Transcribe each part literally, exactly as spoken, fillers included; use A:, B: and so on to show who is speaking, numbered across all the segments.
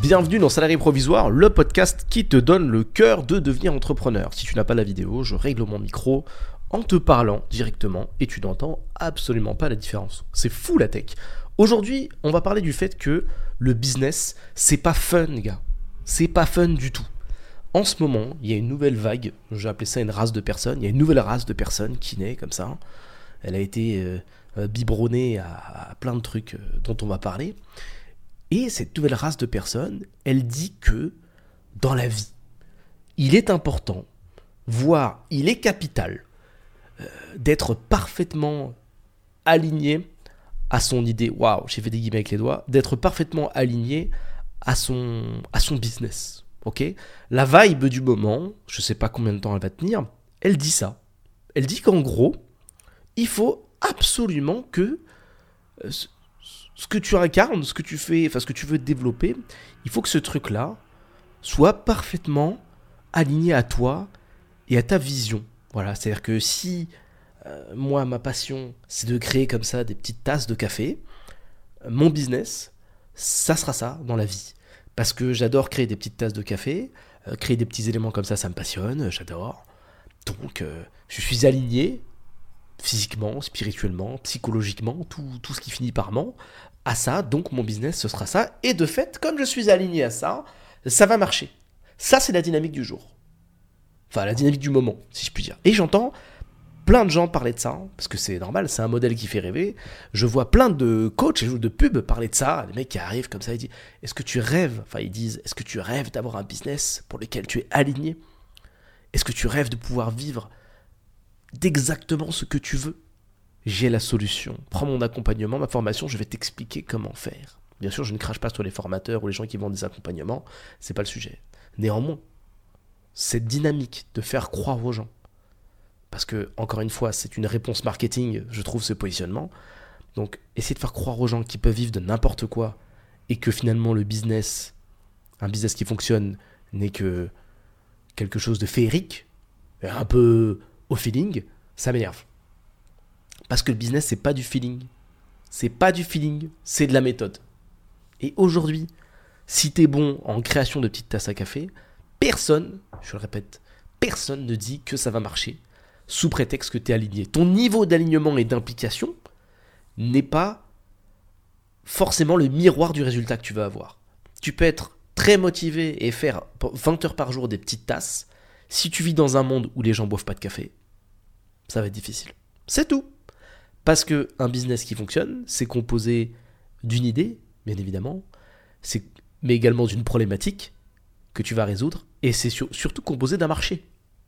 A: Bienvenue dans Salarié Provisoire, le podcast qui te donne le cœur de devenir entrepreneur. Si tu n'as pas la vidéo, je règle mon micro en te parlant directement et tu n'entends absolument pas la différence. C'est fou la tech. Aujourd'hui, on va parler du fait que le business, c'est pas fun, gars. C'est pas fun du tout. En ce moment, il y a une nouvelle vague, j'ai appelé ça une race de personnes, il y a une nouvelle race de personnes qui naît comme ça. Elle a été euh, biberonnée à, à plein de trucs euh, dont on va parler. Et cette nouvelle race de personnes, elle dit que dans la vie, il est important, voire il est capital, euh, d'être parfaitement aligné à son idée. Waouh, j'ai fait des guillemets avec les doigts. D'être parfaitement aligné à son, à son business. Ok ? La vibe du moment, je ne sais pas combien de temps elle va tenir, elle dit ça. Elle dit qu'en gros, il faut absolument que euh, ce que tu incarnes, ce que tu fais, enfin ce que tu veux développer, il faut que ce truc-là soit parfaitement aligné à toi et à ta vision. Voilà, c'est-à-dire que si euh, moi, ma passion, c'est de créer comme ça des petites tasses de café, euh, mon business, ça sera ça dans la vie. Parce que j'adore créer des petites tasses de café, euh, créer des petits éléments comme ça, ça me passionne, j'adore. Donc, euh, je suis aligné physiquement, spirituellement, psychologiquement, tout, tout ce qui finit par ment, à ça, donc mon business, ce sera ça. Et de fait, comme je suis aligné à ça, ça va marcher. Ça, c'est la dynamique du jour. Enfin, la dynamique du moment, si je puis dire. Et j'entends plein de gens parler de ça, parce que c'est normal, c'est un modèle qui fait rêver. Je vois plein de coachs et de pubs parler de ça, des mecs qui arrivent comme ça, ils disent « Est-ce que tu rêves ?» Enfin, ils disent « Est-ce que tu rêves d'avoir un business pour lequel tu es aligné ? Est-ce que tu rêves de pouvoir vivre d'exactement ce que tu veux ? J'ai la solution. Prends mon accompagnement, ma formation, je vais t'expliquer comment faire. » Bien sûr, je ne crache pas sur les formateurs ou les gens qui vendent des accompagnements, c'est pas le sujet. Néanmoins, cette dynamique de faire croire aux gens, parce que, encore une fois, c'est une réponse marketing, je trouve, ce positionnement. Donc, essayer de faire croire aux gens qu'ils peuvent vivre de n'importe quoi et que finalement le business, un business qui fonctionne, n'est que quelque chose de féerique, un peu au feeling, ça m'énerve. Parce que le business, c'est pas du feeling. C'est pas du feeling, c'est de la méthode. Et aujourd'hui, si t'es bon en création de petites tasses à café, personne, je le répète, personne ne dit que ça va marcher sous prétexte que t'es aligné. Ton niveau d'alignement et d'implication n'est pas forcément le miroir du résultat que tu vas avoir. Tu peux être très motivé et faire vingt heures par jour des petites tasses. Si tu vis dans un monde où les gens boivent pas de café, ça va être difficile. C'est tout. Parce qu'un business qui fonctionne, c'est composé d'une idée, bien évidemment, c'est, mais également d'une problématique que tu vas résoudre, et c'est sur, surtout composé d'un marché.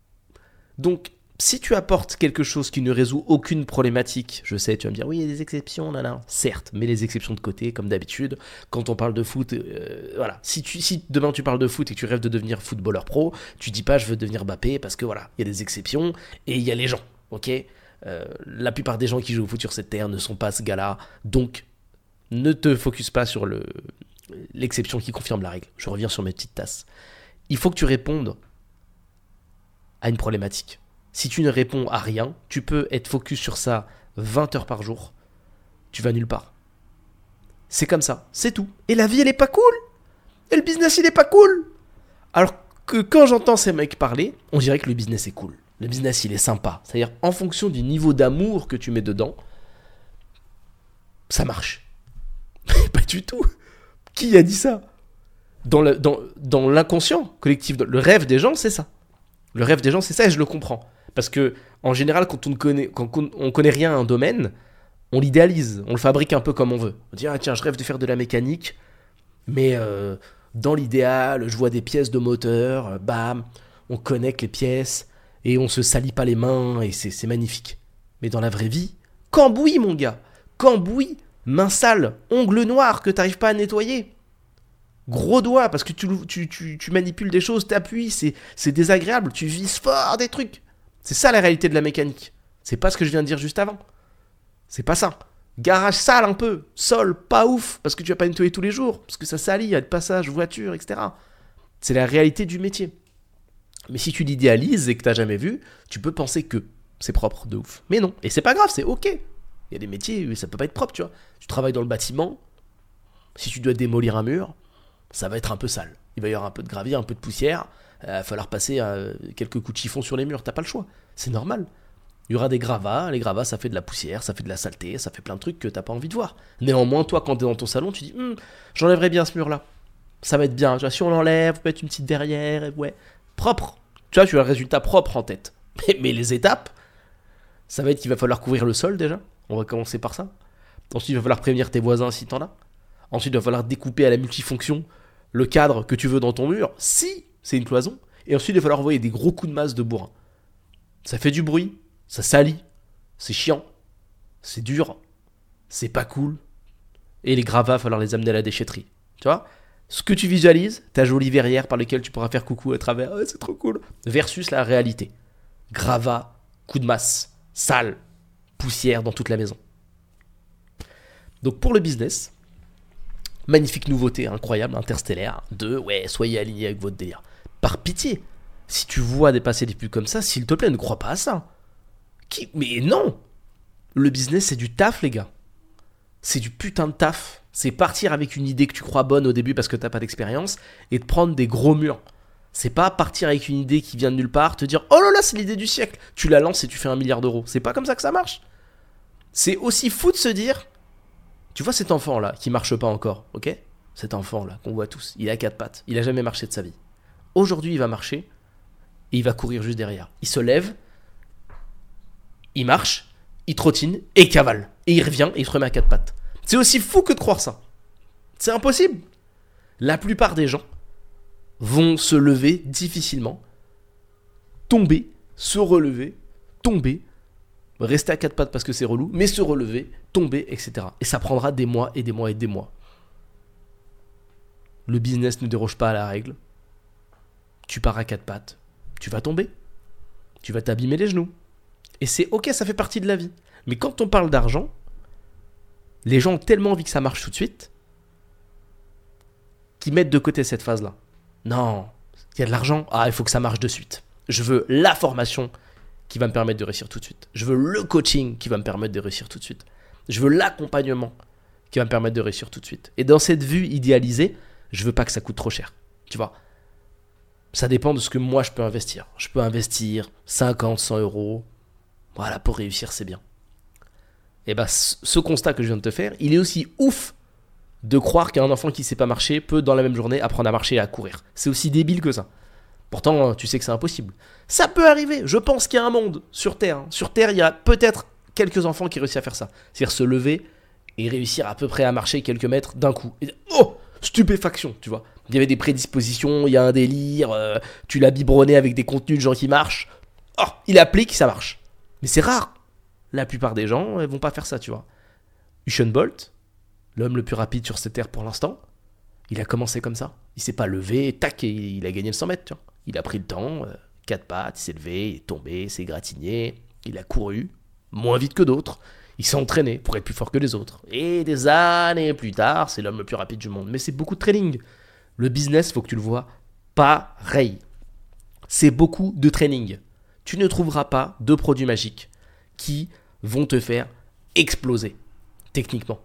A: Donc, si tu apportes quelque chose qui ne résout aucune problématique, je sais, tu vas me dire, oui, il y a des exceptions, là, là. Certes, mais les exceptions de côté, comme d'habitude, quand on parle de foot, euh, voilà. Si, tu, si demain tu parles de foot et que tu rêves de devenir footballeur pro, tu dis pas, je veux devenir Mbappé, parce que voilà, il y a des exceptions, et il y a les gens, ok ? Euh, la plupart des gens qui jouent au foot sur cette terre ne sont pas ce gars-là, donc ne te focus pas sur le, l'exception qui confirme la règle. Je reviens sur mes petites tasses. Il faut que tu répondes à une problématique. Si tu ne réponds à rien, tu peux être focus sur ça vingt heures par jour, tu vas nulle part. C'est comme ça, c'est tout. Et la vie, elle est pas cool. Et le business, il est pas cool. Alors que quand j'entends ces mecs parler, on dirait que le business est cool. Le business, il est sympa. C'est-à-dire, en fonction du niveau d'amour que tu mets dedans, ça marche. Pas du tout. Qui a dit ça ? Dans, le, dans, dans l'inconscient collectif, le rêve des gens, c'est ça. Le rêve des gens, c'est ça, et je le comprends. Parce que, en général, quand on ne connaît, quand on connaît rien à un domaine, on l'idéalise, on le fabrique un peu comme on veut. On dit, ah, tiens, je rêve de faire de la mécanique, mais euh, dans l'idéal, je vois des pièces de moteur, euh, bam, on connecte les pièces, et on se salit pas les mains, et c'est, c'est magnifique. Mais dans la vraie vie, cambouis, mon gars, cambouis, main sale, ongles noirs que t'arrives pas à nettoyer. Gros doigt, parce que tu, tu, tu, tu manipules des choses, t'appuies, c'est, c'est désagréable, tu vises fort des trucs. C'est ça la réalité de la mécanique. C'est pas ce que je viens de dire juste avant. C'est pas ça. Garage sale un peu, sol pas ouf, parce que tu vas pas nettoyer tous les jours, parce que ça salit, il y a de passage, voiture, et cetera. C'est la réalité du métier. Mais si tu l'idéalises et que t'as jamais vu, tu peux penser que c'est propre de ouf. Mais non, et c'est pas grave, c'est ok. Il y a des métiers où ça peut pas être propre, tu vois. Tu travailles dans le bâtiment, si tu dois démolir un mur, Ça va être un peu sale. Il va y avoir un peu de gravier, un peu de poussière. Il va falloir passer euh, quelques coups de chiffon sur les murs. T'as pas le choix. C'est normal. Il y aura des gravats. Les gravats, ça fait de la poussière, ça fait de la saleté, ça fait plein de trucs que t'as pas envie de voir. Néanmoins, toi, quand t'es dans ton salon, tu dis hm, j'enlèverais bien ce mur-là. Ça va être bien. Tu vois, si on l'enlève, on peut mettre une petite verrière. Et ouais. Propre. Tu vois, tu as le résultat propre en tête. Mais, mais les étapes, ça va être qu'il va falloir couvrir le sol déjà. On va commencer par ça. Ensuite, il va falloir prévenir tes voisins si t'en as. Ensuite, il va falloir découper à la multifonction le cadre que tu veux dans ton mur, si c'est une cloison. Et ensuite, il va falloir envoyer des gros coups de masse de bourrin. Ça fait du bruit, ça salit, c'est chiant, c'est dur, c'est pas cool. Et les gravats, il va falloir les amener à la déchetterie. Tu vois ? Ce que tu visualises, ta jolie verrière par laquelle tu pourras faire coucou à travers, oh, c'est trop cool, versus la réalité. Gravats, coups de masse, sale, poussière dans toute la maison. Donc pour le business, magnifique nouveauté, incroyable, interstellaire, de ouais, soyez alignés avec votre délire. Par pitié, si tu vois dépasser des pubs comme ça, s'il te plaît, ne crois pas à ça. Qui... Mais non. Le business, c'est du taf, les gars. C'est du putain de taf. C'est partir avec une idée que tu crois bonne au début parce que t'as pas d'expérience et de prendre des gros murs. C'est pas partir avec une idée qui vient de nulle part, te dire oh là là, c'est l'idée du siècle. Tu la lances et tu fais un milliard d'euros. C'est pas comme ça que ça marche. C'est aussi fou de se dire, tu vois cet enfant là qui marche pas encore, ok ? Cet enfant là qu'on voit tous, il a quatre pattes, il a jamais marché de sa vie. Aujourd'hui, il va marcher et il va courir juste derrière. Il se lève, il marche, il trottine et il cavale. Et il revient et il se remet à quatre pattes. C'est aussi fou que de croire ça. C'est impossible. La plupart des gens vont se lever difficilement, tomber, se relever, tomber, rester à quatre pattes parce que c'est relou, mais se relever, tomber, et cetera. Et ça prendra des mois et des mois et des mois. Le business ne déroge pas à la règle. Tu pars à quatre pattes, tu vas tomber, tu vas t'abîmer les genoux. Et c'est ok, ça fait partie de la vie. Mais quand on parle d'argent, les gens ont tellement envie que ça marche tout de suite qu'ils mettent de côté cette phase-là. Non, il y a de l'argent, ah, il faut que ça marche de suite. Je veux la formation qui va me permettre de réussir tout de suite. Je veux le coaching qui va me permettre de réussir tout de suite. Je veux l'accompagnement qui va me permettre de réussir tout de suite. Et dans cette vue idéalisée, je veux pas que ça coûte trop cher. Tu vois ? Ça dépend de ce que moi je peux investir. Je peux investir cinquante, cent euros. Voilà, pour réussir, c'est bien. Et bah, ce constat que je viens de te faire, il est aussi ouf de croire qu'un enfant qui ne sait pas marcher peut, dans la même journée, apprendre à marcher et à courir. C'est aussi débile que ça. Pourtant, tu sais que c'est impossible. Ça peut arriver. Je pense qu'il y a un monde sur Terre. Sur Terre, il y a peut-être quelques enfants qui réussissent à faire ça. C'est-à-dire se lever et réussir à peu près à marcher quelques mètres d'un coup. Et, oh, stupéfaction, tu vois. Il y avait des prédispositions, il y a un délire, euh, tu l'as biberonné avec des contenus de gens qui marchent. Oh, il applique, ça marche. Mais c'est rare. La plupart des gens ne vont pas faire ça, tu vois. Usain Bolt, l'homme le plus rapide sur cette terre pour l'instant, il a commencé comme ça. Il s'est pas levé, tac, et il a gagné le cent mètres, tu vois. Il a pris le temps, euh, quatre pattes, il s'est levé, il est tombé, il s'est gratigné, il a couru, moins vite que d'autres. Il s'est entraîné pour être plus fort que les autres. Et des années plus tard, c'est l'homme le plus rapide du monde. Mais c'est beaucoup de training. Le business, faut que tu le vois pareil. C'est beaucoup de training. Tu ne trouveras pas de produits magiques qui vont te faire exploser techniquement.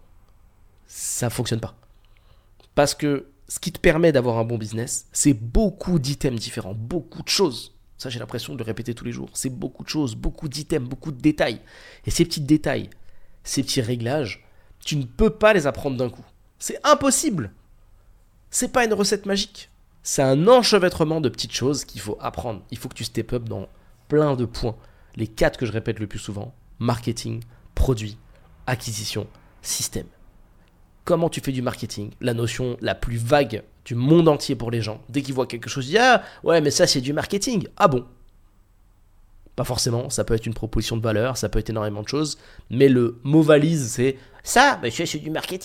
A: Ça ne fonctionne pas. Parce que ce qui te permet d'avoir un bon business, c'est beaucoup d'items différents, beaucoup de choses. Ça, j'ai l'impression de le répéter tous les jours. C'est beaucoup de choses, beaucoup d'items, beaucoup de détails. Et ces petits détails, ces petits réglages, tu ne peux pas les apprendre d'un coup. C'est impossible. C'est pas une recette magique. C'est un enchevêtrement de petites choses qu'il faut apprendre. Il faut que tu step up dans plein de points. Les quatre que je répète le plus souvent: marketing, produit, acquisition, système. Comment tu fais du marketing? La notion la plus vague du monde entier pour les gens. Dès qu'ils voient quelque chose, ils disent « Ah, ouais, mais ça, c'est du marketing. » Ah bon? Pas forcément. Ça peut être une proposition de valeur, ça peut être énormément de choses. Mais le mot valise, c'est « Ça, bah, c'est du marketing. »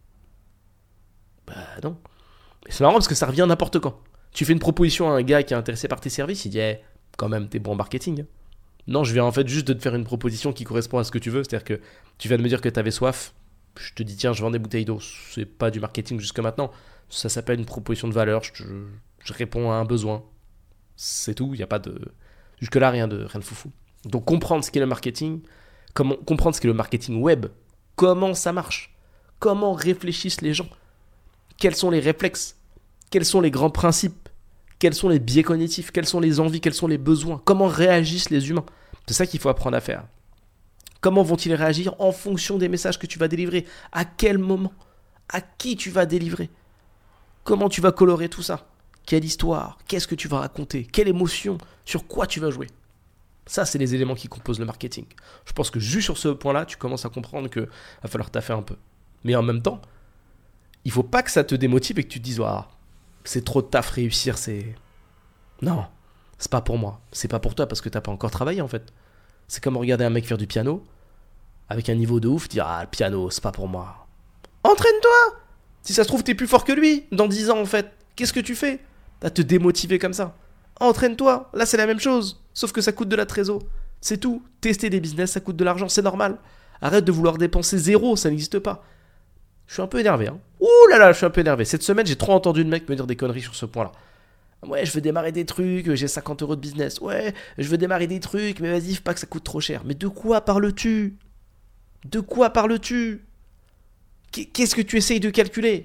A: Bah non. C'est marrant parce que ça revient n'importe quand. Tu fais une proposition à un gars qui est intéressé par tes services, il dit hey, « Quand même, t'es bon en marketing. » Non, je viens en fait juste de te faire une proposition qui correspond à ce que tu veux. C'est-à-dire que tu viens de me dire que t'avais soif. Je te dis tiens, je vends des bouteilles d'eau. C'est pas du marketing jusque maintenant. Ça s'appelle une proposition de valeur. Je, je, je réponds à un besoin. C'est tout. Il y a pas de jusque là rien de rien de foufou. Donc comprendre ce qu'est le marketing, comment comprendre ce qu'est le marketing web, comment ça marche, comment réfléchissent les gens, quels sont les réflexes, Quels sont les grands principes? Quels sont les biais cognitifs? Quelles sont les envies? Quels sont les besoins? Comment réagissent les humains? C'est ça qu'il faut apprendre à faire. Comment vont-ils réagir en fonction des messages que tu vas délivrer? À quel moment? À qui tu vas délivrer? Comment tu vas colorer tout ça? Quelle histoire? Qu'est-ce que tu vas raconter? Quelle émotion? Sur quoi tu vas jouer? Ça, c'est les éléments qui composent le marketing. Je pense que juste sur ce point-là, tu commences à comprendre qu'il va falloir taffer un peu. Mais en même temps, il ne faut pas que ça te démotive et que tu te dises ah, c'est trop de taf, réussir, c'est... Non, c'est pas pour moi. C'est pas pour toi parce que tu n'as pas encore travaillé en fait. C'est comme regarder un mec faire du piano avec un niveau de ouf, dire ah, le piano, c'est pas pour moi. Entraîne-toi! Si ça se trouve, t'es plus fort que lui dans dix ans en fait. Qu'est-ce que tu fais? À te démotiver comme ça. Entraîne-toi, là c'est la même chose. Sauf que ça coûte de la trésor. C'est tout. Tester des business, ça coûte de l'argent, c'est normal. Arrête de vouloir dépenser zéro, ça n'existe pas. Je suis un peu énervé. Hein. Ouh là là, je suis un peu énervé. Cette semaine, j'ai trop entendu de mecs me dire des conneries sur ce point-là. Ouais, je veux démarrer des trucs, j'ai cinquante euros de business. Ouais, je veux démarrer des trucs, mais vas-y, faut pas que ça coûte trop cher. Mais de quoi parles-tu? De quoi parles-tu? Qu'est-ce que tu essayes de calculer?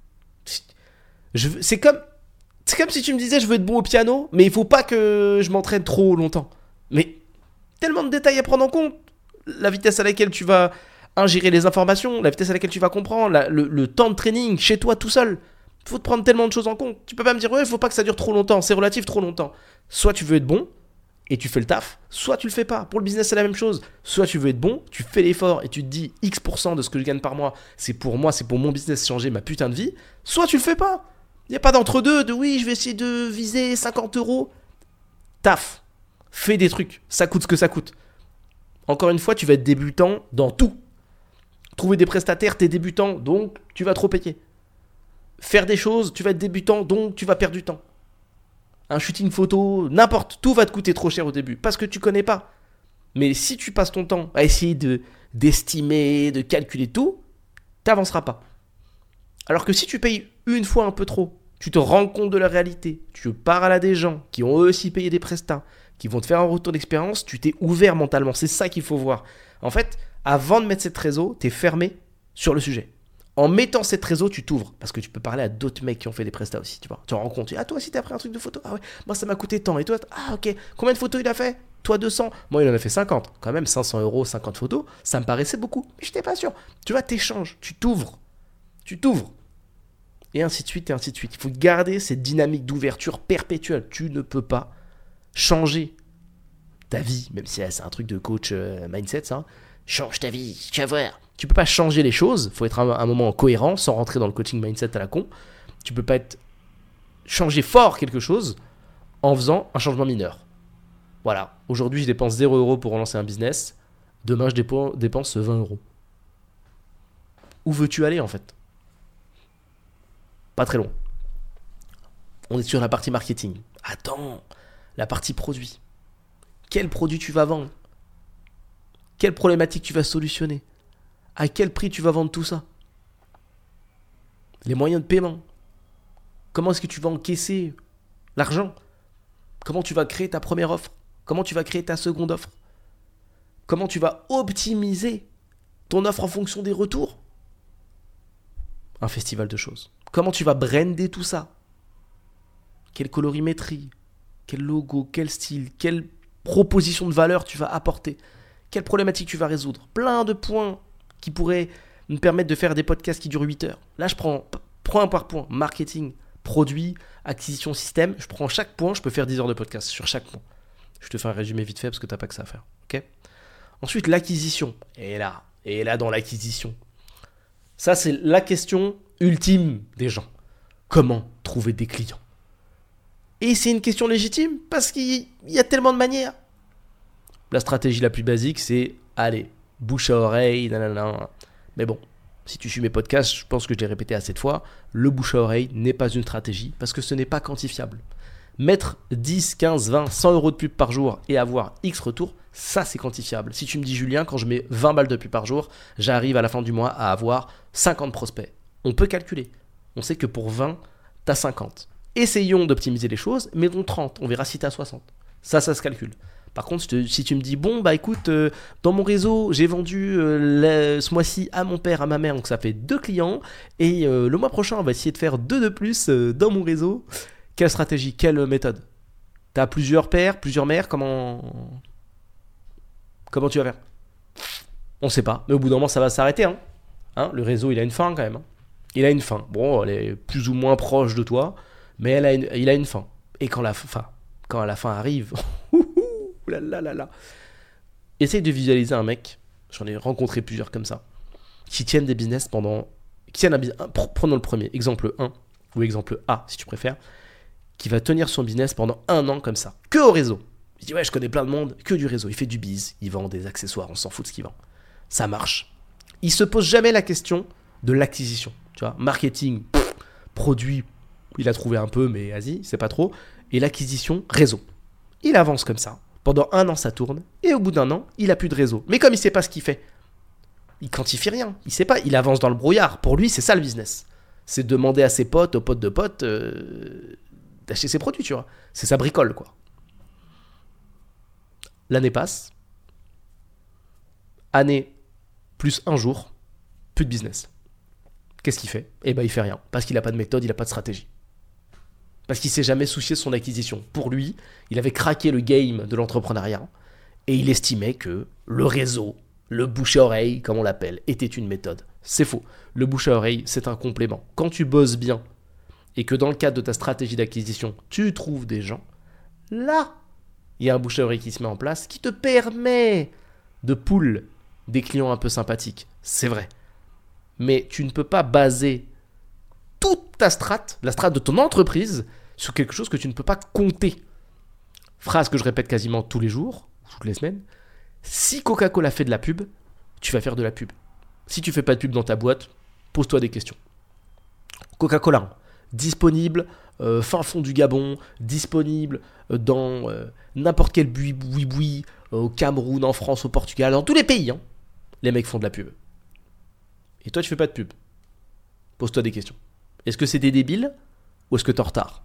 A: je, C'est comme... C'est comme si tu me disais je veux être bon au piano, mais il faut pas que je m'entraîne trop longtemps. Mais tellement de détails à prendre en compte. La vitesse à laquelle tu vas ingérer les informations, la vitesse à laquelle tu vas comprendre, la, le, le temps de training chez toi tout seul. Il faut te prendre tellement de choses en compte. Tu peux pas me dire ouais, il faut pas que ça dure trop longtemps, c'est relatif trop longtemps. Soit tu veux être bon et tu fais le taf, soit tu le fais pas. Pour le business, c'est la même chose. Soit tu veux être bon, tu fais l'effort et tu te dis X pour cent de ce que je gagne par mois, c'est pour moi, c'est pour mon business changer ma putain de vie. Soit tu le fais pas. Il n'y a pas d'entre-deux de oui, je vais essayer de viser cinquante euros. Taf. Fais des trucs. Ça coûte ce que ça coûte. Encore une fois, tu vas être débutant dans tout. Trouver des prestataires, t'es débutant, donc tu vas trop payer. Faire des choses, tu vas être débutant, donc tu vas perdre du temps. Un shooting photo, n'importe, tout va te coûter trop cher au début, parce que tu connais pas. Mais si tu passes ton temps à essayer de, d'estimer, de calculer tout, t'avanceras pas. Alors que si tu payes une fois un peu trop, tu te rends compte de la réalité, tu parles à des gens qui ont eux aussi payé des prestats, qui vont te faire un retour d'expérience, tu t'es ouvert mentalement, c'est ça qu'il faut voir. En fait, avant de mettre cette réseau, t'es fermé sur le sujet. En mettant cette réseau, tu t'ouvres, parce que tu peux parler à d'autres mecs qui ont fait des prestats aussi, tu vois. Tu te rends compte, ah toi aussi t'as pris un truc de photo, ah ouais, moi ça m'a coûté tant, et toi, ah ok, combien de photos il a fait? Toi deux cents, moi il en a fait cinquante, quand même cinq cents euros, cinquante photos, ça me paraissait beaucoup, mais j'étais pas sûr. Tu vois, t'échanges, tu t'ouvres. Tu t'ouvres. Et ainsi de suite, et ainsi de suite. Il faut garder cette dynamique d'ouverture perpétuelle. Tu ne peux pas changer ta vie, même si c'est un truc de coach euh, mindset, ça. Change ta vie, tu vas voir. Tu peux pas changer les choses. Il faut être un, un moment cohérent, sans rentrer dans le coaching mindset à la con. Tu peux pas être changer fort quelque chose en faisant un changement mineur. Voilà. Aujourd'hui, je dépense zéro euro pour relancer un business. Demain, je dépense vingt euros. Où veux-tu aller, en fait? Pas très long. On est sur la partie marketing. Attends, la partie produit. Quel produit tu vas vendre? Quelle problématique tu vas solutionner? À quel prix tu vas vendre tout ça? Les moyens de paiement. Comment est-ce que tu vas encaisser l'argent? Comment tu vas créer ta première offre? Comment tu vas créer ta seconde offre? Comment tu vas optimiser ton offre en fonction des retours? Un festival de choses. Comment tu vas brander tout ça? Quelle colorimétrie? Quel logo? Quel style? Quelle proposition de valeur tu vas apporter? Quelle problématique tu vas résoudre? Plein de points qui pourraient me permettre de faire des podcasts qui durent huit heures. Là, je prends point par point. Marketing, produit, acquisition, système. Je prends chaque point, je peux faire dix heures de podcast sur chaque point. Je te fais un résumé vite fait parce que tu n'as pas que ça à faire. Okay. Ensuite, l'acquisition. Et là, et là dans l'acquisition. Ça, c'est la question ultime des gens. Comment trouver des clients? Et c'est une question légitime parce qu'il y a tellement de manières. La stratégie la plus basique, c'est allez, bouche à oreille, nanana. Mais bon, si tu suis mes podcasts, je pense que je l'ai répété assez de fois, le bouche à oreille n'est pas une stratégie parce que ce n'est pas quantifiable. Mettre dix, quinze, vingt, cent euros de pub par jour et avoir X retours, ça c'est quantifiable. Si tu me dis Julien, quand je mets vingt balles de pub par jour, j'arrive à la fin du mois à avoir cinquante prospects. On peut calculer. On sait que pour vingt, tu as cinquante. Essayons d'optimiser les choses, mettons trente. On verra si tu as soixante. Ça, ça se calcule. Par contre, je te- si tu me dis, bon, bah écoute, euh, dans mon réseau, j'ai vendu euh, le- ce mois-ci à mon père, à ma mère, donc ça fait deux clients, et euh, le mois prochain, on va essayer de faire deux de plus euh, dans mon réseau. Quelle stratégie, quelle méthode? T'as plusieurs pères, plusieurs mères, comment... Comment tu vas faire? On sait pas, mais au bout d'un moment, ça va s'arrêter. Hein. Hein, le réseau, il a une fin quand même. Hein. Il a une fin. Bon, elle est plus ou moins proche de toi, mais elle a une- il a une fin. Et quand la fin, quand la fin arrive, ouh là là là là. Essaye de visualiser un mec, j'en ai rencontré plusieurs comme ça, qui tiennent des business pendant... Qui tiennent un business... Prenons le premier, exemple un, ou exemple A, si tu préfères, qui va tenir son business pendant un an comme ça, que au réseau. Il dit, ouais, je connais plein de monde, que du réseau. Il fait du biz, il vend des accessoires, on s'en fout de ce qu'il vend. Ça marche. Il se pose jamais la question de l'acquisition. Tu vois, marketing, pff, produit, il a trouvé un peu, mais vas-y, c'est pas trop. Et l'acquisition, réseau. Il avance comme ça. Pendant un an, ça tourne. Et au bout d'un an, il a plus de réseau. Mais comme il sait pas ce qu'il fait, il quantifie rien. Il sait pas. Il avance dans le brouillard. Pour lui, c'est ça le business. C'est demander à ses potes, aux potes de potes, euh, d'acheter ses produits, tu vois. C'est sa bricole, quoi. L'année passe. Année plus un jour, plus de business. Qu'est-ce qu'il fait? Eh ben, il fait rien. Parce qu'il n'a pas de méthode, il n'a pas de stratégie. Parce qu'il s'est jamais soucié de son acquisition. Pour lui, il avait craqué le game de l'entrepreneuriat et il estimait que le réseau, le bouche-à-oreille, comme on l'appelle, était une méthode. C'est faux. Le bouche-à-oreille, c'est un complément. Quand tu bosses bien et que dans le cadre de ta stratégie d'acquisition, tu trouves des gens, là, il y a un bouche-à-oreille qui se met en place qui te permet de pull des clients un peu sympathiques. C'est vrai. Mais tu ne peux pas baser toute ta strate, la strate de ton entreprise, sur quelque chose que tu ne peux pas compter. Phrase que je répète quasiment tous les jours, toutes les semaines. Si Coca-Cola fait de la pub, tu vas faire de la pub. Si tu fais pas de pub dans ta boîte, pose-toi des questions. Coca-Cola, disponible euh, fin fond du Gabon, disponible euh, dans euh, n'importe quel boui-boui, euh, au Cameroun, en France, au Portugal, dans tous les pays. Hein, les mecs font de la pub. Et toi, tu fais pas de pub. Pose-toi des questions. Est-ce que c'est des débiles ou est-ce que t'es en retard?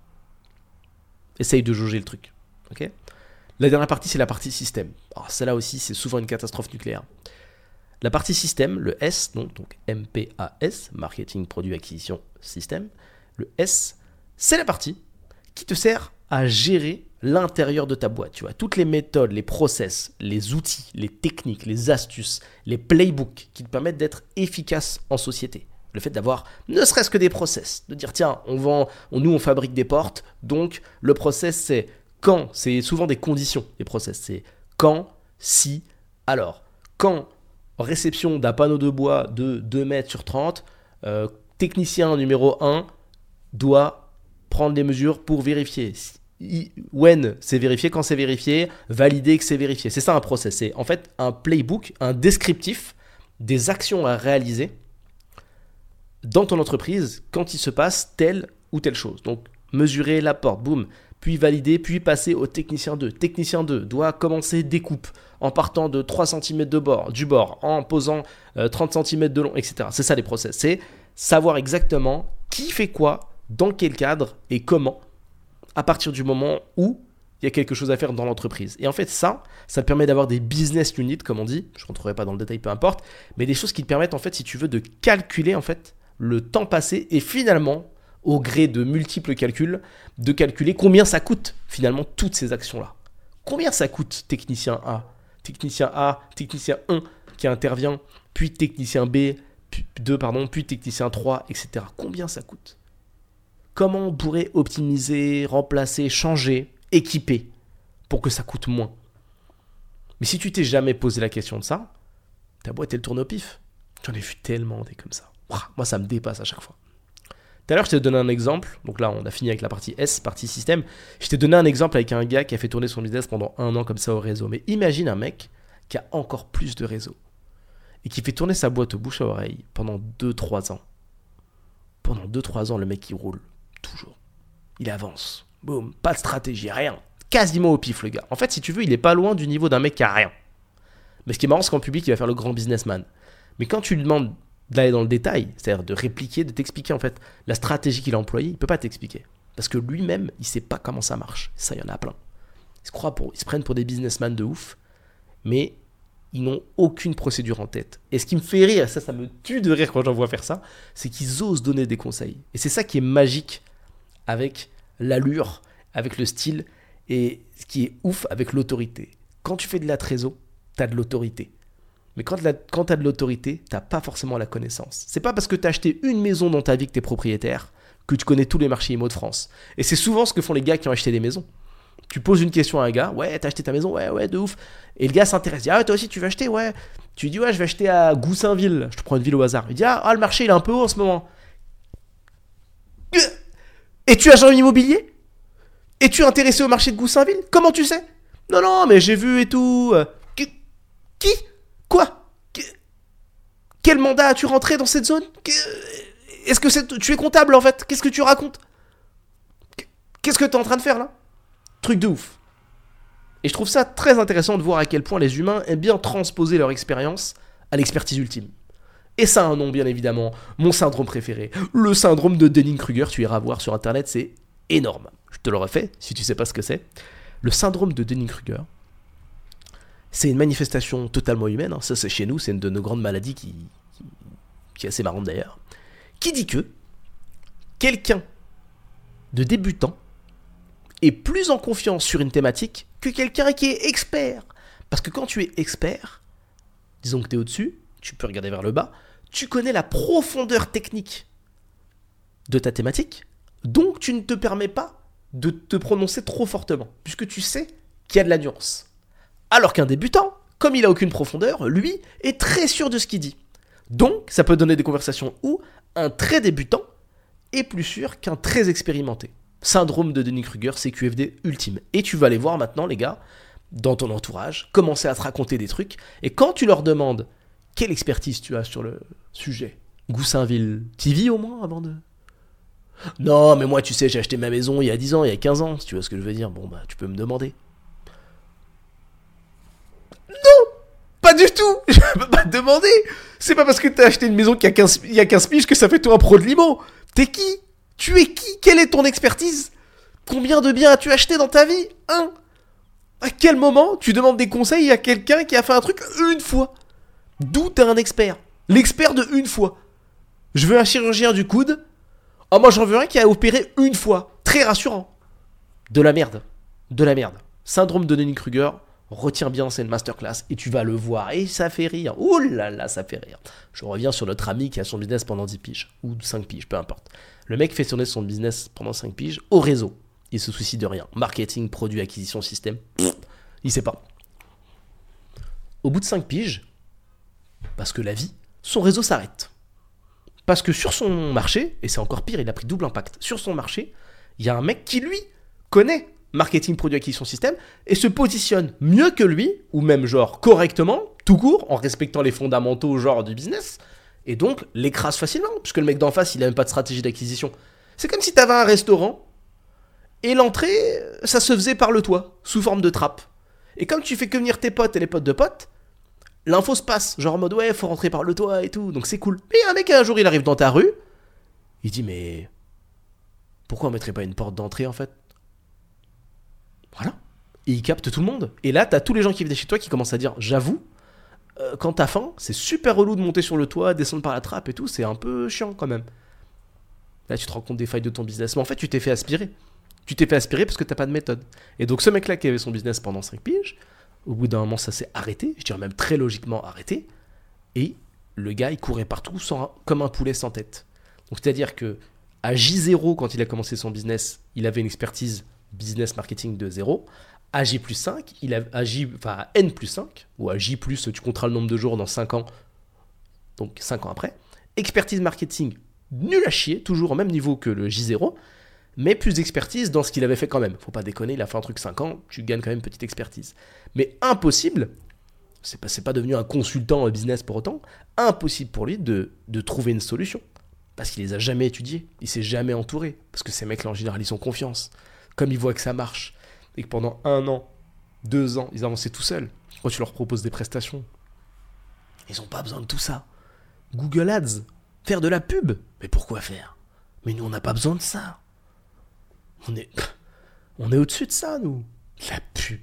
A: Essaye de jauger le truc. Okay, la dernière partie, c'est la partie système. Alors, celle-là aussi, c'est souvent une catastrophe nucléaire. La partie système, le S, donc, donc M P A S, Marketing, Produit, Acquisition, Système. Le S, c'est la partie qui te sert à gérer l'intérieur de ta boîte. Tu vois, toutes les méthodes, les process, les outils, les techniques, les astuces, les playbooks qui te permettent d'être efficace en société. Le fait d'avoir ne serait-ce que des process, de dire tiens, on vend, on, nous on fabrique des portes, donc le process c'est quand, c'est souvent des conditions, les process, c'est quand, si, alors. Quand, en réception d'un panneau de bois de deux mètres sur trente, euh, technicien numéro un doit prendre les mesures pour vérifier. When c'est vérifié, quand c'est vérifié, valider que c'est vérifié. C'est ça un process, c'est en fait un playbook, un descriptif des actions à réaliser dans ton entreprise quand il se passe telle ou telle chose. Donc, mesurer la porte, boum, puis valider, puis passer au technicien deux. Technicien deux doit commencer découpe en partant de trois centimètres de bord, du bord, en posant euh, trente centimètres de long, et cetera. C'est ça les process. C'est savoir exactement qui fait quoi, dans quel cadre et comment, à partir du moment où il y a quelque chose à faire dans l'entreprise. Et en fait, ça, ça te permet d'avoir des business units, comme on dit. Je ne rentrerai pas dans le détail, peu importe. Mais des choses qui te permettent, en fait, si tu veux, de calculer, en fait, le temps passé et finalement, au gré de multiples calculs, de calculer combien ça coûte, finalement, toutes ces actions-là. Combien ça coûte, technicien A, technicien A, technicien un qui intervient, puis technicien B, puis deux, pardon, puis technicien trois, et cetera. Combien ça coûte? Comment on pourrait optimiser, remplacer, changer, équiper pour que ça coûte moins? Mais si tu t'es jamais posé la question de ça, ta boîte, elle tourne au pif. J'en ai vu tellement des comme ça. Moi, ça me dépasse à chaque fois. Tout à l'heure, je t'ai donné un exemple. Donc là, on a fini avec la partie S, partie système. Je t'ai donné un exemple avec un gars qui a fait tourner son business pendant un an comme ça au réseau. Mais imagine un mec qui a encore plus de réseau et qui fait tourner sa boîte au bouche à oreille pendant deux trois ans. Pendant deux trois ans, le mec, il roule. Toujours. Il avance. Boum. Pas de stratégie, rien. Quasiment au pif, le gars. En fait, si tu veux, il est pas loin du niveau d'un mec qui a rien. Mais ce qui est marrant, c'est qu'en public, il va faire le grand businessman. Mais quand tu lui demandes d'aller dans le détail, c'est-à-dire de répliquer, de t'expliquer en fait la stratégie qu'il a employée, il ne peut pas t'expliquer. Parce que lui-même, il ne sait pas comment ça marche. Ça, il y en a plein. Ils se, croient pour, ils se prennent pour des businessmen de ouf, mais ils n'ont aucune procédure en tête. Et ce qui me fait rire, ça, ça me tue de rire quand j'en vois faire ça, c'est qu'ils osent donner des conseils. Et c'est ça qui est magique avec l'allure, avec le style, et ce qui est ouf avec l'autorité. Quand tu fais de la trésor, t'as de l'autorité. Mais quand, la, quand t'as de l'autorité, t'as pas forcément la connaissance. C'est pas parce que t'as acheté une maison dans ta vie que t'es propriétaire que tu connais tous les marchés immo de France. Et c'est souvent ce que font les gars qui ont acheté des maisons. Tu poses une question à un gars, ouais, t'as acheté ta maison, ouais, ouais, de ouf. Et le gars s'intéresse, il dit, ah, toi aussi tu veux acheter, ouais. Tu lui dis, ouais, je vais acheter à Goussainville, je te prends une ville au hasard. Il dit, ah, ah le marché il est un peu haut en ce moment. Et tu es agent immobilier ? Es-tu intéressé au marché de Goussainville ? Comment tu sais ? Non, non, mais j'ai vu et tout. Qui ? Qui ? Quoi ? Quel mandat as-tu rentré dans cette zone ? Est-ce que c'est... tu es comptable en fait ? Qu'est-ce que tu racontes ? Qu'est-ce que tu es en train de faire là ? Truc de ouf. Et je trouve ça très intéressant de voir à quel point les humains aiment bien transposer leur expérience à l'expertise ultime. Et ça a un nom bien évidemment, mon syndrome préféré, le syndrome de Dunning-Kruger, tu iras voir sur internet, c'est énorme. Je te le refais si tu sais pas ce que c'est. Le syndrome de Dunning-Kruger, c'est une manifestation totalement humaine, hein. Ça c'est chez nous, c'est une de nos grandes maladies qui, qui, qui est assez marrante d'ailleurs, qui dit que quelqu'un de débutant est plus en confiance sur une thématique que quelqu'un qui est expert. Parce que quand tu es expert, disons que tu es au-dessus, tu peux regarder vers le bas, tu connais la profondeur technique de ta thématique, donc tu ne te permets pas de te prononcer trop fortement, puisque tu sais qu'il y a de la nuance. Alors qu'un débutant, comme il n'a aucune profondeur, lui, est très sûr de ce qu'il dit. Donc, ça peut donner des conversations où un très débutant est plus sûr qu'un très expérimenté. Syndrome de Dunning-Kruger, C Q F D ultime. Et tu vas aller voir maintenant, les gars, dans ton entourage, commencer à te raconter des trucs. Et quand tu leur demandes quelle expertise tu as sur le sujet, Goussainville, T V au moins avant de... Non, mais moi, tu sais, j'ai acheté ma maison il y a dix ans, il y a quinze ans, si tu vois ce que je veux dire. Bon, bah, tu peux me demander. Non, pas du tout. Je peux pas te demander. C'est pas parce que t'as acheté une maison qu'il y a quinze, il y a quinze piges que ça fait toi un pro de l'immo. T'es qui ? Tu es qui ? Quelle est ton expertise ? Combien de biens as-tu acheté dans ta vie ? Hein ? À quel moment tu demandes des conseils à quelqu'un qui a fait un truc une fois ? D'où t'es un expert ? L'expert de une fois. Je veux un chirurgien du coude. Oh, moi j'en veux un qui a opéré une fois. Très rassurant. De la merde. De la merde. Syndrome de Dunning-Kruger. Retiens bien, c'est une masterclass et tu vas le voir. Et ça fait rire. Ouh là là, ça fait rire. Je reviens sur notre ami qui a son business pendant dix piges. Ou cinq piges, peu importe. Le mec fait tourner son business pendant cinq piges au réseau. Il se soucie de rien. Marketing, produit, acquisition, système. Pff, il sait pas. Au bout de cinq piges, parce que la vie, son réseau s'arrête. Parce que sur son marché, et c'est encore pire, il a pris double impact. Sur son marché, il y a un mec qui, lui, connaît marketing, produit, acquisition, système, et se positionne mieux que lui, ou même genre correctement, tout court, en respectant les fondamentaux genre du business, et donc l'écrase facilement, puisque le mec d'en face, il a même pas de stratégie d'acquisition. C'est comme si t'avais un restaurant, et l'entrée, ça se faisait par le toit, sous forme de trappe. Et comme tu fais que venir tes potes et les potes de potes, l'info se passe, genre en mode ouais, faut rentrer par le toit et tout, donc c'est cool. Et un mec un jour, il arrive dans ta rue, il dit mais pourquoi on mettrait pas une porte d'entrée en fait ? Voilà. Et il capte tout le monde. Et là, t'as tous les gens qui viennent chez toi qui commencent à dire j'avoue, euh, quand t'as faim, c'est super relou de monter sur le toit, descendre par la trappe et tout, c'est un peu chiant quand même. Là, tu te rends compte des failles de ton business. Mais en fait, tu t'es fait aspirer. Tu t'es fait aspirer parce que t'as pas de méthode. Et donc, ce mec-là qui avait son business pendant cinq piges, au bout d'un moment, ça s'est arrêté. Je dirais même très logiquement arrêté. Et le gars, il courait partout sans, comme un poulet sans tête. Donc, c'est-à-dire que à J zéro, quand il a commencé son business, il avait une expertise business marketing de zéro. À J plus cinq, il a, à, J, enfin à N plus cinq, ou à J plus, tu compteras le nombre de jours dans cinq ans, donc cinq ans après. Expertise marketing nul à chier, toujours au même niveau que le J zéro, mais plus d'expertise dans ce qu'il avait fait quand même. Faut pas déconner, il a fait un truc cinq ans, tu gagnes quand même une petite expertise. Mais impossible, c'est pas, c'est pas devenu un consultant en business pour autant, impossible pour lui de, de trouver une solution. Parce qu'il les a jamais étudiés, il s'est jamais entouré. Parce que ces mecs-là, en général, ils ont confiance. Comme ils voient que ça marche, et que pendant un an, deux ans, ils avançaient tout seuls, quand tu leur proposes des prestations, ils n'ont pas besoin de tout ça. Google Ads, faire de la pub, mais pourquoi faire ? Mais nous, on n'a pas besoin de ça. On est, on est au-dessus de ça, nous. La pub.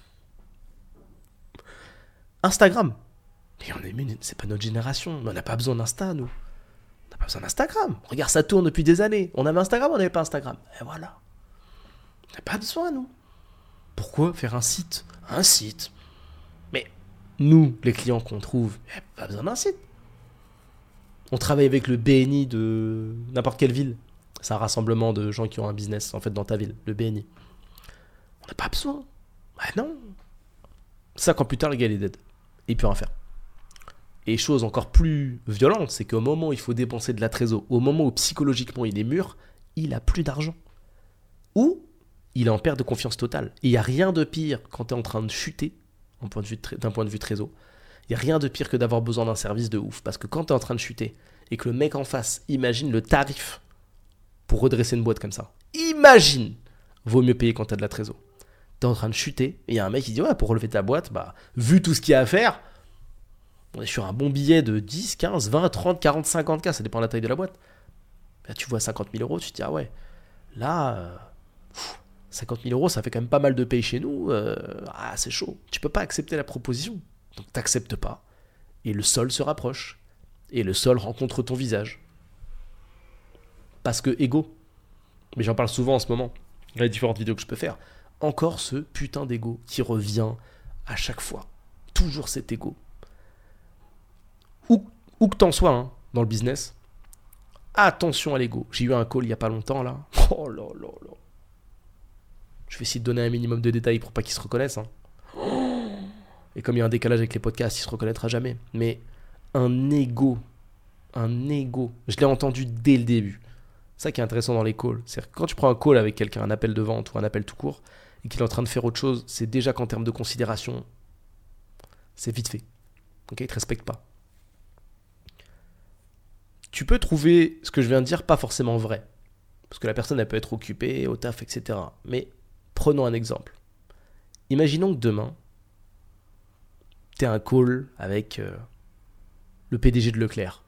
A: Instagram. Mais on est, mais c'est pas notre génération. On n'a pas besoin d'Insta, nous. On n'a pas besoin d'Instagram. Regarde, ça tourne depuis des années. On avait Instagram, on n'avait pas Instagram. Et voilà. On n'a pas besoin, nous. Pourquoi faire un site ? Un site. Mais nous, les clients qu'on trouve, il n'y a pas besoin d'un site. On travaille avec le B N I de n'importe quelle ville. C'est un rassemblement de gens qui ont un business, en fait, dans ta ville, le B N I. On n'a pas besoin. Bah non. Cinq ans plus tard, le gars, il est dead. Et il peut rien faire. Et chose encore plus violente, c'est qu'au moment où il faut dépenser de la trésor, au moment où psychologiquement il est mûr, il a plus d'argent. Ou il est en perte de confiance totale. Et il n'y a rien de pire quand tu es en train de chuter, d'un point de vue, d'un point de vue trésor. Il n'y a rien de pire que d'avoir besoin d'un service de ouf. Parce que quand tu es en train de chuter et que le mec en face imagine le tarif pour redresser une boîte comme ça. Imagine, vaut mieux payer quand tu as de la trésor. Tu es en train de chuter et il y a un mec qui dit ouais, pour relever ta boîte, bah, vu tout ce qu'il y a à faire, on est sur un bon billet de dix, quinze, vingt, trente, quarante, cinquante K, ça dépend de la taille de la boîte. Là, tu vois cinquante mille euros, tu te dis ah ouais, là, euh, pff, cinquante mille euros, ça fait quand même pas mal de paye chez nous. Euh, ah, c'est chaud. Tu peux pas accepter la proposition. Donc t'acceptes pas. Et le sol se rapproche. Et le sol rencontre ton visage. Parce que ego. Mais j'en parle souvent en ce moment. Dans les différentes vidéos que je peux faire. Encore ce putain d'ego qui revient à chaque fois. Toujours cet ego. Où, où que t'en sois hein, dans le business, attention à l'ego. J'ai eu un call il y a pas longtemps là. Oh là là là. Je vais essayer de donner un minimum de détails pour pas qu'ils se reconnaissent. Hein. Et comme il y a un décalage avec les podcasts, il se reconnaîtra jamais. Mais un ego, un ego, je l'ai entendu dès le début. C'est ça qui est intéressant dans les calls. C'est que quand tu prends un call avec quelqu'un, un appel de vente ou un appel tout court, et qu'il est en train de faire autre chose, c'est déjà qu'en termes de considération, c'est vite fait. Ok, il te respecte pas. Tu peux trouver ce que je viens de dire pas forcément vrai. Parce que la personne, elle peut être occupée, au taf, et cetera. Mais prenons un exemple. Imaginons que demain, tu as un call avec euh, le P D G de Leclerc.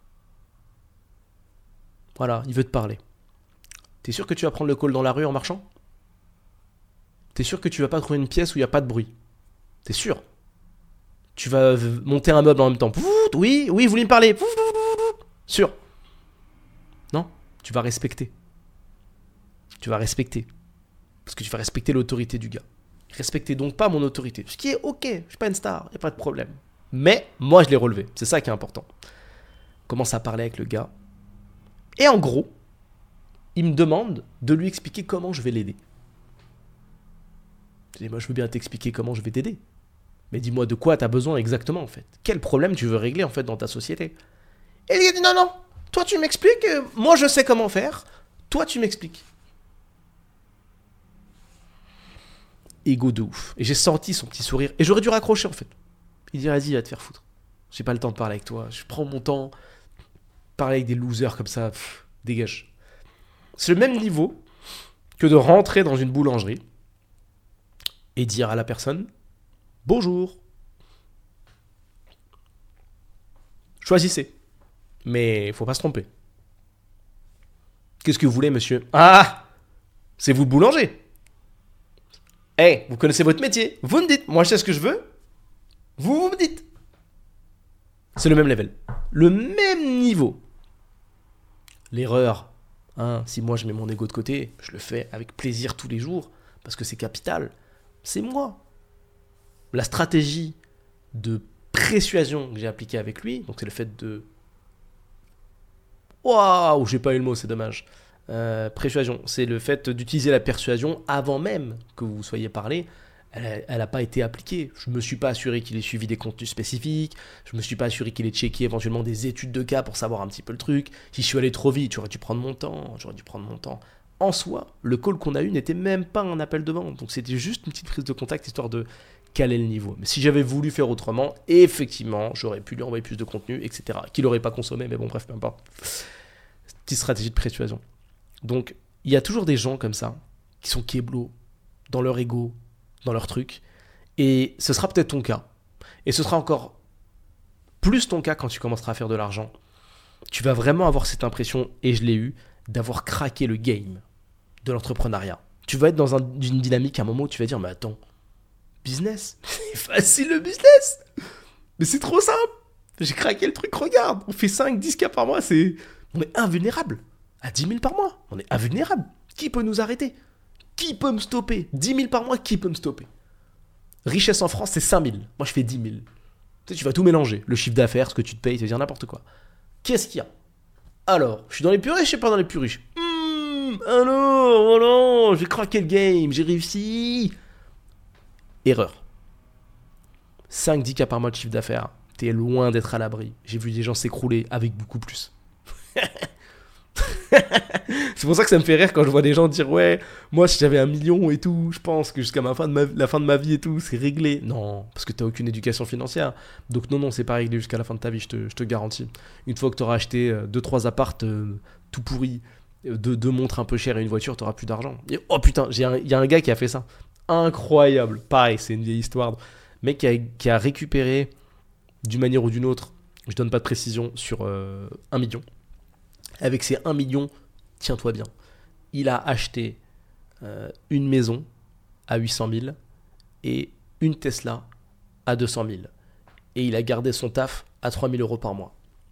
A: Voilà, il veut te parler. T'es sûr que tu vas prendre le call dans la rue en marchant ? T'es sûr que tu vas pas trouver une pièce où il n'y a pas de bruit ? T'es sûr ? Tu vas v- monter un meuble en même temps. Oui, oui, vous voulez me parler ? Sûr ? Non, tu vas respecter. Tu vas respecter. Parce que tu vas respecter l'autorité du gars. Respectez donc pas mon autorité. Ce qui est ok, je suis pas une star, y a pas de problème. Mais moi je l'ai relevé, c'est ça qui est important. Commence à parler avec le gars. Et en gros, il me demande de lui expliquer comment je vais l'aider. Je dis, moi je veux bien t'expliquer comment je vais t'aider. Mais dis-moi de quoi t'as besoin exactement en fait. Quel problème tu veux régler en fait dans ta société. Et il a dit non, non, toi tu m'expliques, moi je sais comment faire, toi tu m'expliques. Ego de ouf. Et j'ai senti son petit sourire. Et j'aurais dû raccrocher en fait. Il dit vas-y, va te faire foutre. J'ai pas le temps de parler avec toi. Je prends mon temps. Parler avec des losers comme ça, pff, dégage. C'est le même niveau que de rentrer dans une boulangerie et dire à la personne bonjour. Choisissez. Mais faut pas se tromper. Qu'est-ce que vous voulez, monsieur ? Ah ! C'est vous le boulanger ? Eh, hey, vous connaissez votre métier. Vous me dites. Moi, je sais ce que je veux. Vous, vous me dites. C'est le même level. Le même niveau. L'erreur. Hein, si moi, je mets mon ego de côté, je le fais avec plaisir tous les jours, parce que c'est capital. C'est moi. La stratégie de persuasion que j'ai appliquée avec lui, donc c'est le fait de... Waouh, j'ai pas eu le mot, c'est dommage. Euh, persuasion, c'est le fait d'utiliser la persuasion avant même que vous soyez parlé. Elle n'a pas été appliquée. Je ne me suis pas assuré qu'il ait suivi des contenus spécifiques. Je ne me suis pas assuré qu'il ait checké éventuellement des études de cas pour savoir un petit peu le truc. Si je suis allé trop vite, j'aurais dû prendre mon temps. J'aurais dû prendre mon temps. En soi, le call qu'on a eu n'était même pas un appel de vente. Donc c'était juste une petite prise de contact histoire de caler le niveau. Mais si j'avais voulu faire autrement, effectivement, j'aurais pu lui envoyer plus de contenu, et cetera. Qu'il n'aurait pas consommé, mais bon, bref, peu importe. Petite stratégie de persuasion. Donc, il y a toujours des gens comme ça, qui sont kéblos, dans leur ego, dans leur truc. Et ce sera peut-être ton cas. Et ce sera encore plus ton cas quand tu commenceras à faire de l'argent. Tu vas vraiment avoir cette impression, et je l'ai eu, d'avoir craqué le game de l'entrepreneuriat. Tu vas être dans un, une dynamique à un moment où tu vas dire, mais attends, business. C'est facile le business. Mais c'est trop simple. J'ai craqué le truc, regarde. On fait cinq, dix K par mois, c'est... On est invulnérable. À dix mille par mois, on est invulnérable. Qui peut nous arrêter? Qui peut me stopper? dix mille par mois, qui peut me stopper? Richesse en France, c'est cinq mille. Moi, je fais dix mille. Tu sais, tu vas tout mélanger. Le chiffre d'affaires, ce que tu te payes, tu vas dire n'importe quoi. Qu'est-ce qu'il y a? Alors, je suis dans les plus riches, je suis pas dans les plus riches. Mmh, alors, voilà, j'ai craqué le game, j'ai réussi. Erreur. cinq dix K par mois de chiffre d'affaires, t'es loin d'être à l'abri. J'ai vu des gens s'écrouler avec beaucoup plus. C'est pour ça que ça me fait rire quand je vois des gens dire ouais, moi si j'avais un million et tout, je pense que jusqu'à ma fin de ma, la fin de ma vie et tout, c'est réglé. Non, parce que t'as aucune éducation financière. Donc non, non, c'est pas réglé jusqu'à la fin de ta vie, je te, je te garantis. Une fois que t'auras acheté deux trois appartes euh, tout pourris, deux, deux montres un peu chères et une voiture, t'auras plus d'argent. Et, oh putain, il y a un gars qui a fait ça. Incroyable. Pareil, c'est une vieille histoire. Mec qui a, qui a récupéré d'une manière ou d'une autre, je donne pas de précision, sur euh, un million. Avec ces un million, tiens-toi bien, il a acheté euh, une maison à huit cent mille et une Tesla à deux cent mille. Et il a gardé son taf à trois mille euros par mois.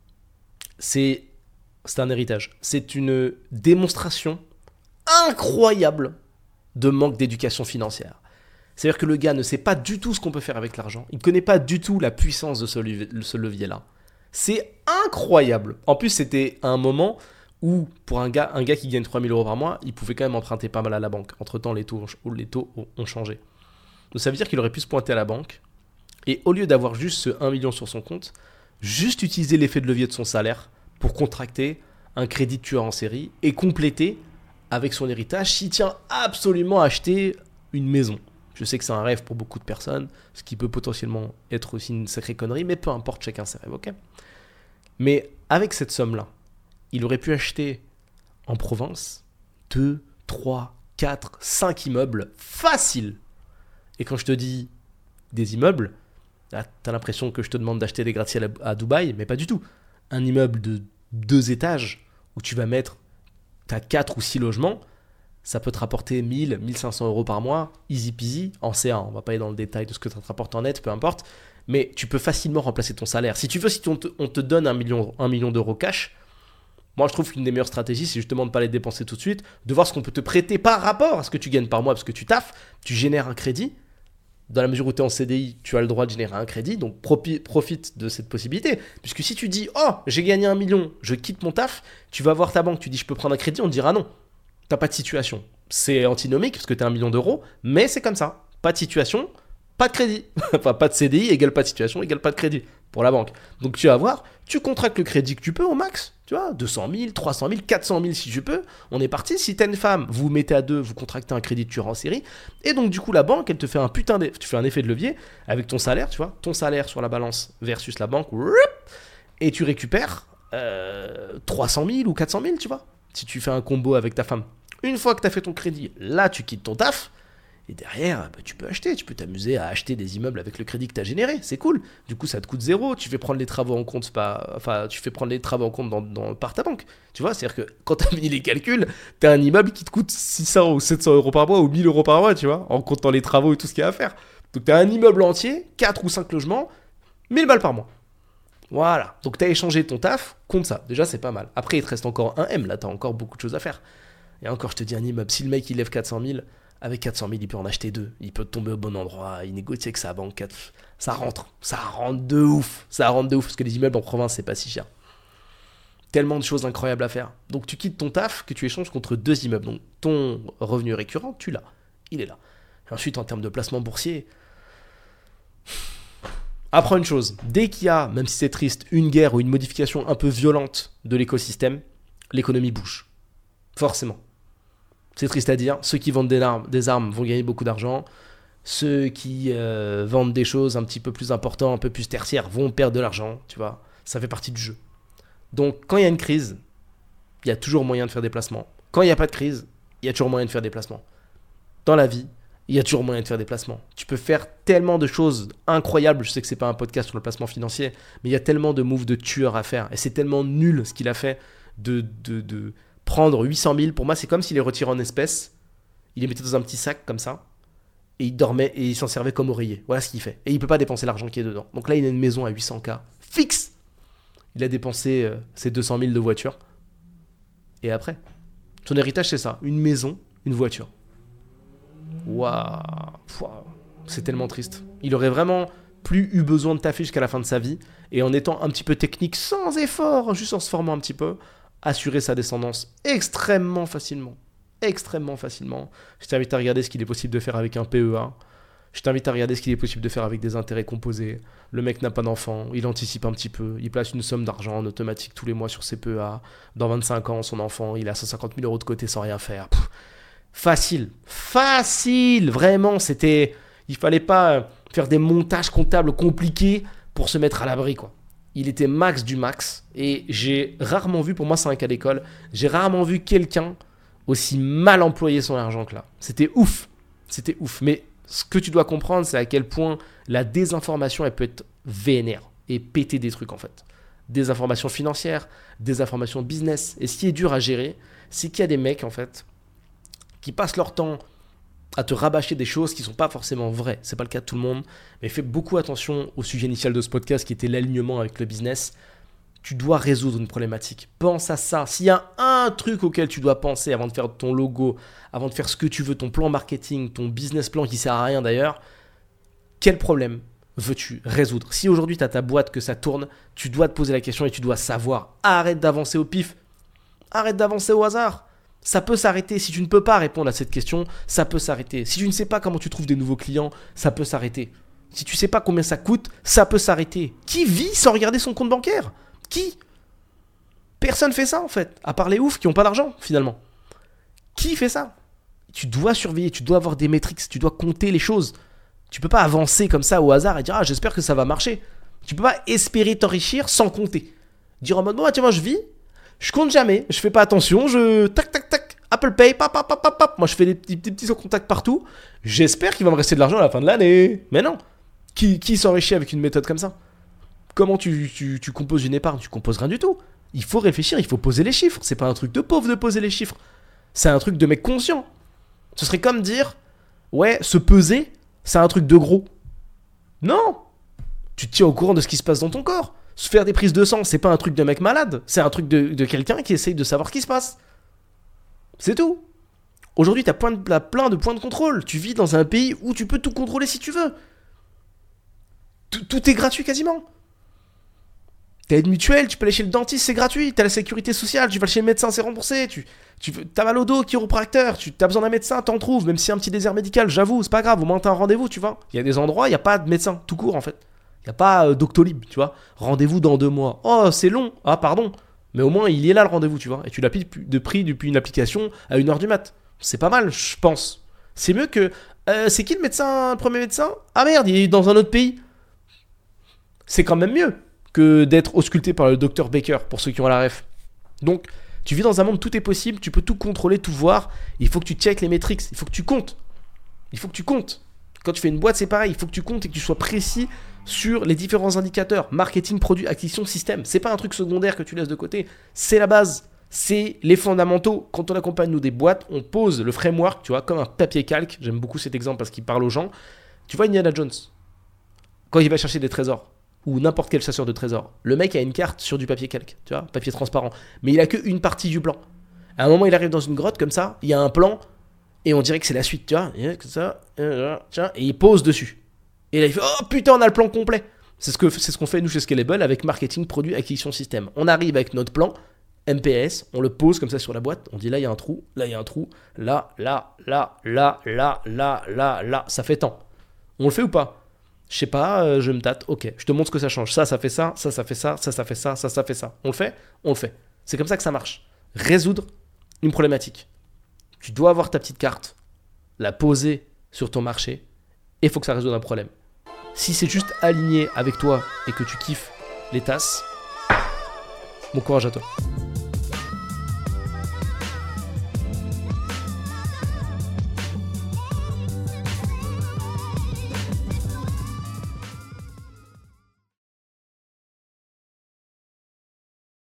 A: C'est, c'est un héritage. C'est une démonstration incroyable de manque d'éducation financière. C'est-à-dire que le gars ne sait pas du tout ce qu'on peut faire avec l'argent. Il ne connaît pas du tout la puissance de ce, levier, ce levier-là. C'est incroyable. En plus, c'était un moment où, pour un gars, un gars qui gagne trois mille euros par mois, il pouvait quand même emprunter pas mal à la banque. Entre-temps, les taux, les taux ont changé. Donc ça veut dire qu'il aurait pu se pointer à la banque et au lieu d'avoir juste ce un million sur son compte, juste utiliser l'effet de levier de son salaire pour contracter un crédit de tueur en série et compléter avec son héritage s'il tient absolument à acheter une maison. Je sais que c'est un rêve pour beaucoup de personnes, ce qui peut potentiellement être aussi une sacrée connerie, mais peu importe, chacun ses rêves, ok? Mais avec cette somme-là, il aurait pu acheter en province deux, trois, quatre, cinq immeubles faciles. Et quand je te dis des immeubles, là, t'as l'impression que je te demande d'acheter des gratte-ciel à, à Dubaï, mais pas du tout. Un immeuble de deux étages où tu vas mettre t'as quatre ou six logements, ça peut te rapporter mille, mille cinq cents euros par mois, easy peasy, en C A. On va pas aller dans le détail de ce que ça te rapporte en net, peu importe. Mais tu peux facilement remplacer ton salaire. Si tu veux, si on te, on te donne un million, un million d'euros cash, moi je trouve qu'une des meilleures stratégies, c'est justement de ne pas les dépenser tout de suite, de voir ce qu'on peut te prêter par rapport à ce que tu gagnes par mois, parce que tu taffes, tu génères un crédit. Dans la mesure où tu es en C D I, tu as le droit de générer un crédit, donc propi- profite de cette possibilité. Puisque si tu dis, oh, j'ai gagné un million, je quitte mon taf, tu vas voir ta banque, tu dis, je peux prendre un crédit, on te dira non. T'as pas de situation. C'est antinomique parce que t'as un million d'euros, mais c'est comme ça. Pas de situation, pas de crédit. Enfin, pas de C D I égale pas de situation égale pas de crédit pour la banque. Donc tu vas voir, tu contractes le crédit que tu peux au max. Tu vois, deux cent mille, trois cent mille, quatre cent mille si tu peux. On est parti. Si t'as une femme, vous mettez à deux, vous contractez un crédit de tueur en série. Et donc du coup, la banque, elle te fait un putain de... Tu fais un effet de levier avec ton salaire, tu vois. Ton salaire sur la balance versus la banque. Et tu récupères euh, trois cent mille ou quatre cent mille, tu vois. Si tu fais un combo avec ta femme. Une fois que tu as fait ton crédit, là, tu quittes ton taf. Et derrière, bah, tu peux acheter. Tu peux t'amuser à acheter des immeubles avec le crédit que tu as généré. C'est cool. Du coup, ça te coûte zéro. Tu fais prendre les travaux en compte, pas... enfin, tu fais prendre les travaux en compte dans, dans, par ta banque. Tu vois, c'est-à-dire que quand tu as mis les calculs, tu as un immeuble qui te coûte six cents ou sept cents euros par mois ou mille euros par mois, tu vois, en comptant les travaux et tout ce qu'il y a à faire. Donc, tu as un immeuble entier, quatre ou cinq logements, mille balles par mois. Voilà. Donc, tu as échangé ton taf, compte ça. Déjà, c'est pas mal. Après, il te reste encore un M. Là, tu as encore beaucoup de choses à faire. Et encore, je te dis un immeuble. Si le mec, il lève quatre cent mille, avec quatre cent mille, il peut en acheter deux. Il peut tomber au bon endroit. Il négocie avec sa banque. Ça rentre. Ça rentre de ouf. Ça rentre de ouf. Parce que les immeubles en province, c'est pas si cher. Tellement de choses incroyables à faire. Donc, tu quittes ton taf que tu échanges contre deux immeubles. Donc, ton revenu récurrent, tu l'as. Il est là. Et ensuite, en termes de placement boursier... Apprends une chose, dès qu'il y a, même si c'est triste, une guerre ou une modification un peu violente de l'écosystème, l'économie bouge. Forcément. C'est triste à dire, ceux qui vendent des armes, des armes vont gagner beaucoup d'argent, ceux qui euh, vendent des choses un petit peu plus importantes, un peu plus tertiaires, vont perdre de l'argent, tu vois, ça fait partie du jeu. Donc quand il y a une crise, il y a toujours moyen de faire des placements. Quand il n'y a pas de crise, il y a toujours moyen de faire des placements. Dans la vie, il y a toujours moyen de faire des placements. Tu peux faire tellement de choses incroyables. Je sais que c'est pas un podcast sur le placement financier, mais il y a tellement de moves de tueurs à faire. Et c'est tellement nul ce qu'il a fait de, de, de prendre huit cent mille. Pour moi, c'est comme s'il les retirait en espèces. Il les mettait dans un petit sac comme ça. et il dormait et il s'en servait comme oreiller. Voilà ce qu'il fait. Et il peut pas dépenser l'argent qui est dedans. Donc là, il a une maison à huit cents K fixe. Il a dépensé euh, ses deux cent mille de voiture. Et après, son héritage, c'est ça. Une maison, une voiture. Waouh. C'est tellement triste. Il aurait vraiment plus eu besoin de taffer jusqu'à la fin de sa vie. Et en étant un petit peu technique, sans effort, juste en se formant un petit peu, assurer sa descendance extrêmement facilement. Extrêmement facilement. Je t'invite à regarder ce qu'il est possible de faire avec un P E A. Je t'invite à regarder ce qu'il est possible de faire avec des intérêts composés. Le mec n'a pas d'enfant, il anticipe un petit peu, il place une somme d'argent en automatique tous les mois sur ses P E A. Dans vingt-cinq ans, son enfant, il a cent cinquante mille euros de côté sans rien faire. Pff, facile, facile, vraiment, c'était... Il fallait pas faire des montages comptables compliqués pour se mettre à l'abri, quoi. Il était max du max. Et j'ai rarement vu, pour moi c'est un cas d'école, j'ai rarement vu quelqu'un aussi mal employer son argent que là. C'était ouf. C'était ouf. Mais ce que tu dois comprendre, c'est à quel point la désinformation, elle peut être vénère et péter des trucs en fait. Désinformation financière, désinformation business. Et ce qui est dur à gérer, c'est qu'il y a des mecs en fait qui passent leur temps à te rabâcher des choses qui ne sont pas forcément vraies. C'est pas le cas de tout le monde. Mais fais beaucoup attention au sujet initial de ce podcast qui était l'alignement avec le business. Tu dois résoudre une problématique. Pense à ça. S'il y a un truc auquel tu dois penser avant de faire ton logo, avant de faire ce que tu veux, ton plan marketing, ton business plan qui ne sert à rien d'ailleurs, quel problème veux-tu résoudre? Si aujourd'hui tu as ta boîte, que ça tourne, tu dois te poser la question et tu dois savoir. Arrête d'avancer au pif. Arrête d'avancer au hasard. Ça peut s'arrêter. Si tu ne peux pas répondre à cette question, ça peut s'arrêter. Si tu ne sais pas comment tu trouves des nouveaux clients, ça peut s'arrêter. Si tu ne sais pas combien ça coûte, ça peut s'arrêter. Qui vit sans regarder son compte bancaire? Qui? Personne fait ça en fait, à part les oufs qui n'ont pas d'argent finalement. Qui fait ça? Tu dois surveiller, tu dois avoir des métriques, tu dois compter les choses. Tu peux pas avancer comme ça au hasard et dire ah j'espère que ça va marcher. Tu peux pas espérer t'enrichir sans compter. Dire en mode bon bah, tiens moi je vis, je compte jamais, je fais pas attention, je tac tac tac, Apple Pay, pap pap pap pap pap. Moi je fais des petits des petits contacts partout. J'espère qu'il va me rester de l'argent à la fin de l'année. Mais non. Qui, qui s'enrichit avec une méthode comme ça? Comment tu, tu, tu composes une épargne? Tu composes rien du tout. Il faut réfléchir, il faut poser les chiffres. C'est pas un truc de pauvre de poser les chiffres. C'est un truc de mec conscient. Ce serait comme dire, ouais, se peser, c'est un truc de gros. Non. Tu te tiens au courant de ce qui se passe dans ton corps. Se faire des prises de sang, c'est pas un truc de mec malade. C'est un truc de, de quelqu'un qui essaye de savoir ce qui se passe. C'est tout. Aujourd'hui, tu as plein de, plein de points de contrôle. Tu vis dans un pays où tu peux tout contrôler si tu veux. Tout, tout est gratuit quasiment. T'as une mutuelle, tu peux aller chez le dentiste, c'est gratuit. T'as la sécurité sociale, tu vas chez le médecin, c'est remboursé. Tu, tu t'as mal au dos, chiropracteur, tu as besoin d'un médecin, t'en trouves. Même si y a un petit désert médical, j'avoue, c'est pas grave, au moins t'as un rendez-vous, tu vois. Il y a des endroits, il n'y a pas de médecin, tout court en fait. Il n'y a pas euh, Doctolib, tu vois. Rendez-vous dans deux mois. Oh, c'est long. Ah, pardon. Mais au moins, il est là le rendez-vous, tu vois. Et tu l'appliques de prix depuis une application à une heure du mat. C'est pas mal, je pense. C'est mieux que. Euh, c'est qui le médecin, le premier médecin? Ah merde, il est dans un autre pays. C'est quand même mieux que d'être ausculté par le docteur Baker, pour ceux qui ont la ref. Donc, tu vis dans un monde, tout est possible, tu peux tout contrôler, tout voir. Il faut que tu checkes les métriques, il faut que tu comptes. Il faut que tu comptes. Quand tu fais une boîte, c'est pareil, il faut que tu comptes et que tu sois précis sur les différents indicateurs. Marketing, produit, acquisition, système. C'est pas un truc secondaire que tu laisses de côté, c'est la base. C'est les fondamentaux. Quand on accompagne nous des boîtes, on pose le framework, tu vois, comme un papier calque. J'aime beaucoup cet exemple parce qu'il parle aux gens. Tu vois Indiana Jones, quand il va chercher des trésors, ou n'importe quel chasseur de trésors. Le mec a une carte sur du papier calque, tu vois, papier transparent. Mais il a qu'une partie du plan. À un moment, il arrive dans une grotte comme ça, il y a un plan, et on dirait que c'est la suite, tu vois. Et, ça, et il pose dessus. Et là, il fait « Oh putain, on a le plan complet !» C'est ce que, c'est ce qu'on fait, nous, chez Scalable, avec marketing, produit, acquisition, système. On arrive avec notre plan, M P S, on le pose comme ça sur la boîte, on dit là, il y a un trou, là, il y a un trou, là, là, là, là, là, là, là, là, ça fait tant. On le fait ou pas ? Je sais pas, euh, je me tâte, ok, je te montre ce que ça change. Ça, ça fait ça, ça, ça fait ça, ça, ça fait ça, ça, ça fait ça. On le fait ? On le fait. C'est comme ça que ça marche. Résoudre une problématique. Tu dois avoir ta petite carte, la poser sur ton marché, et il faut que ça résolve un problème. Si c'est juste aligné avec toi et que tu kiffes les tasses, bon courage à toi.